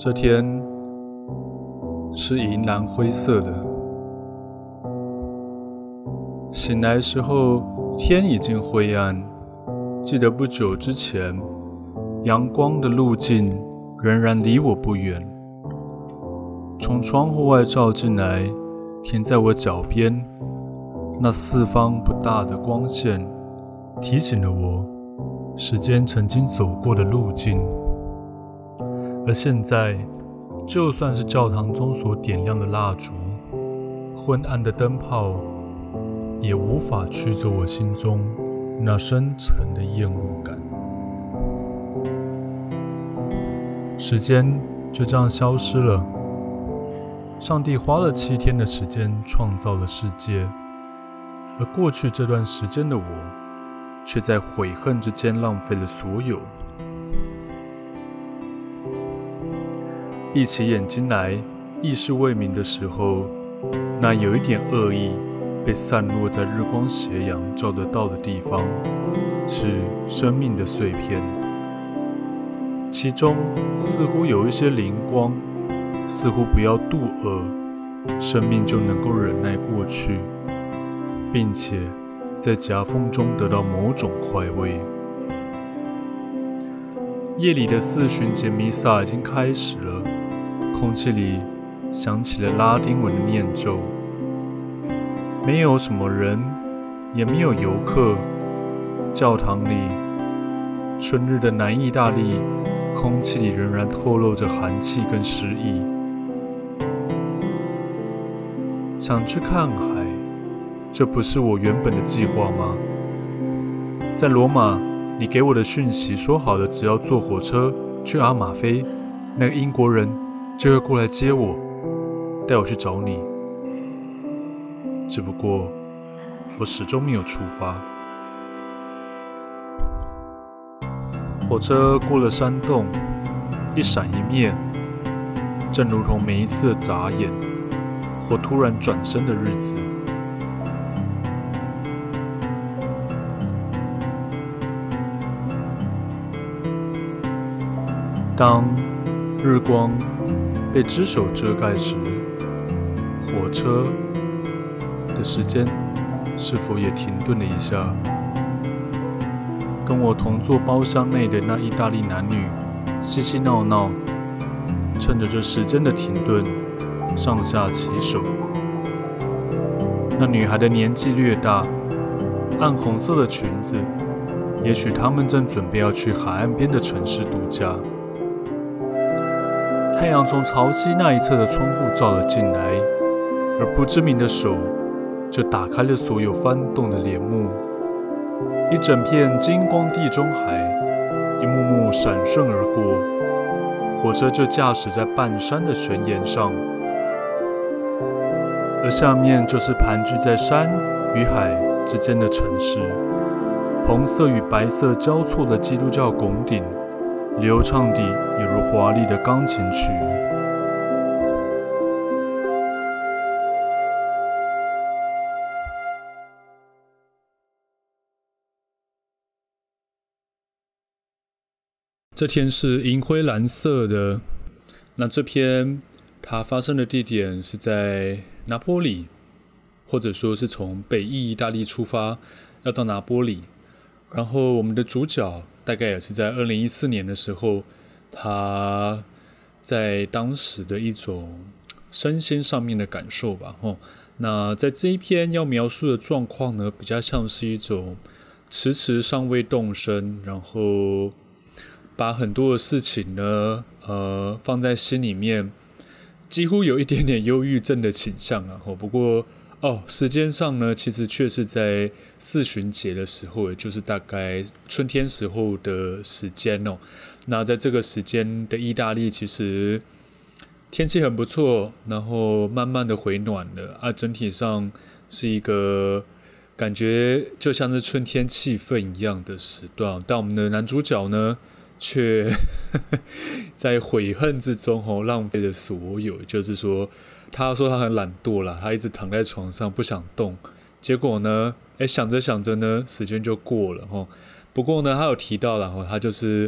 这天是银蓝灰色的，醒来时候天已经灰暗。记得不久之前，阳光的路径仍然离我不远，从窗户外照进来，停在我脚边。那四方不大的光线提醒了我时间曾经走过的路径。而现在，就算是教堂中所点亮的蜡烛，昏暗的灯泡，也无法驱走我心中那深沉的厌恶感。时间就这样消失了。上帝花了7天的时间创造了世界，而过去这段时间的我，却在悔恨之间浪费了所有。闭起眼睛来，意识未明的时候，那有一点恶意被散落在日光斜阳照得到的地方，是生命的碎片。其中似乎有一些灵光，似乎不要度饿，生命就能够忍耐过去，并且在夹缝中得到某种快慰。夜里的四旬节弥撒已经开始了，空气里响起了拉丁文的念咒。没有什么人，也没有游客。教堂里，春日的南意大利，空气里仍然透露着寒气跟诗意。想去看海，这不是我原本的计划吗？在罗马，你给我的讯息说好了，只要坐火车去阿马菲，那个英国人就会过来接我，带我去找你。只不过，我始终没有出发。火车过了山洞，一闪一灭，正如同每一次的眨眼或突然转身的日子。当日光被只手遮盖时，火车的时间是否也停顿了一下？跟我同坐包厢内的那意大利男女嬉嬉闹闹，趁着这时间的停顿，上下其手。那女孩的年纪略大，暗红色的裙子，也许他们正准备要去海岸边的城市度假。太阳从潮汐那一侧的窗户照了进来，而不知名的手就打开了所有翻动的帘幕。一整片金光地中海，一幕幕闪瞬而过。火车就驾驶在半山的悬崖上，而下面就是盘踞在山与海之间的城市。红色与白色交错的基督教拱顶，流畅地犹如华丽的钢琴曲。这天是银灰蓝色的。那这篇它发生的地点是在拿坡里，或者说是从北意大利出发，要到拿坡里。然后我们的主角大概也是在2014年的时候，他在当时的一种身心上面的感受吧。那在这一篇要描述的状况呢，比较像是一种迟迟尚未动身，然后把很多的事情呢，放在心里面，几乎有一点点忧郁症的倾向啊。不过时间上呢，其实却是在四旬节的时候，也就是大概春天时候的时间哦。那在这个时间的意大利，其实天气很不错，然后慢慢的回暖了啊，整体上是一个感觉就像是春天气氛一样的时段。但我们的男主角呢，却在悔恨之中浪费了所有。也就是说，他说他很懒惰啦，他一直躺在床上不想动。结果呢，想着想着呢，时间就过了。不过呢，他有提到啦，他就是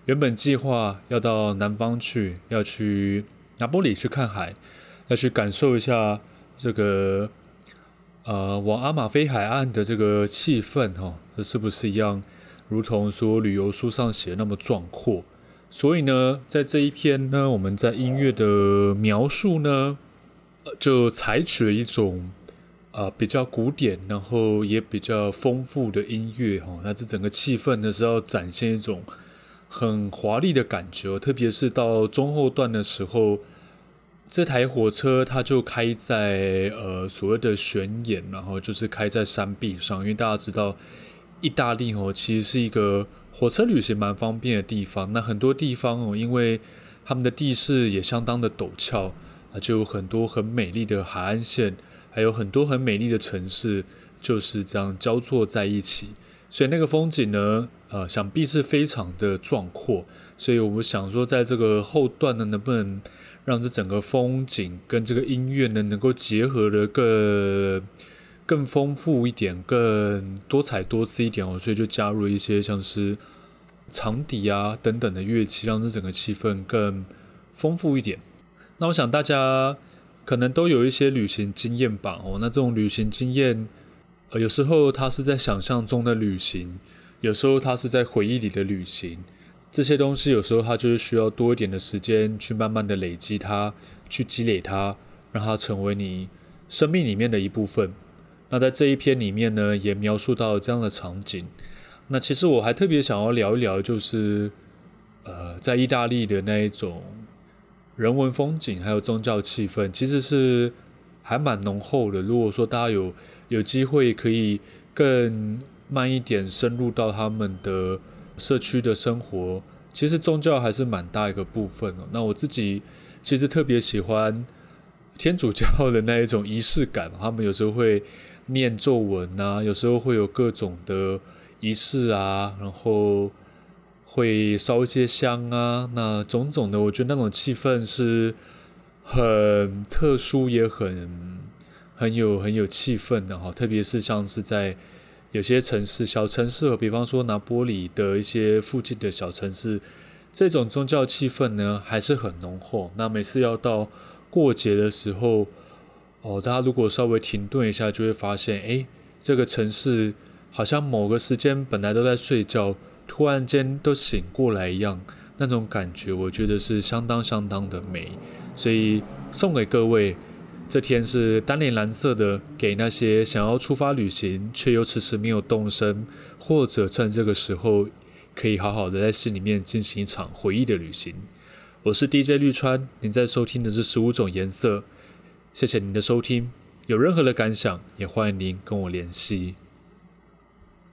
原本计划要到南方去，要去拿波里去看海，要去感受一下这个往阿马菲海岸的这个气氛这是不是一样，如同说旅游书上写的那么壮阔？所以呢，在这一篇呢，我们在音乐的描述呢，就采取了一种比较古典，然后也比较丰富的音乐那这整个气氛呢是要展现一种很华丽的感觉，特别是到中后段的时候，这台火车它就开在所谓的悬崖，然后就是开在山壁上，因为大家知道意大利其实是一个火车旅行蛮方便的地方。那很多地方因为他们的地势也相当的陡峭就有很多很美丽的海岸线，还有很多很美丽的城市就是这样交错在一起，所以那个风景呢想必是非常的壮阔。所以我们想说在这个后段呢，能不能让这整个风景跟这个音乐呢能够结合的更丰富一点，更多彩多姿一点所以就加入了一些像是长笛等等的乐器，让这整个气氛更丰富一点。那我想大家可能都有一些旅行经验吧那这种旅行经验有时候它是在想象中的旅行，有时候它是在回忆里的旅行，这些东西有时候它就是需要多一点的时间去慢慢的累积它，去积累它，让它成为你生命里面的一部分。那在这一篇里面呢，也描述到这样的场景。那其实我还特别想要聊一聊，就是在意大利的那一种人文风景还有宗教气氛，其实是还蛮浓厚的。如果说大家有机会可以更慢一点深入到他们的社区的生活，其实宗教还是蛮大一个部分那我自己其实特别喜欢天主教的那一种仪式感，他们有时候会念咒文有时候会有各种的仪式然后会烧一些香那种种的，我觉得那种气氛是很特殊，也很有气氛的特别是像是在有些小城市，比方说拿波里的一些附近的小城市，这种宗教气氛呢还是很浓厚。那每次要到过节的时候大家如果稍微停顿一下，就会发现这个城市好像某个时间本来都在睡觉，突然间都醒过来一样，那种感觉我觉得是相当的美。所以送给各位，这天是丹莲蓝色的，给那些想要出发旅行却又迟迟没有动身，或者趁这个时候可以好好的在心里面进行一场回忆的旅行。我是 DJ 绿川，您在收听的是15种颜色，谢谢您的收听，有任何的感想也欢迎您跟我联系。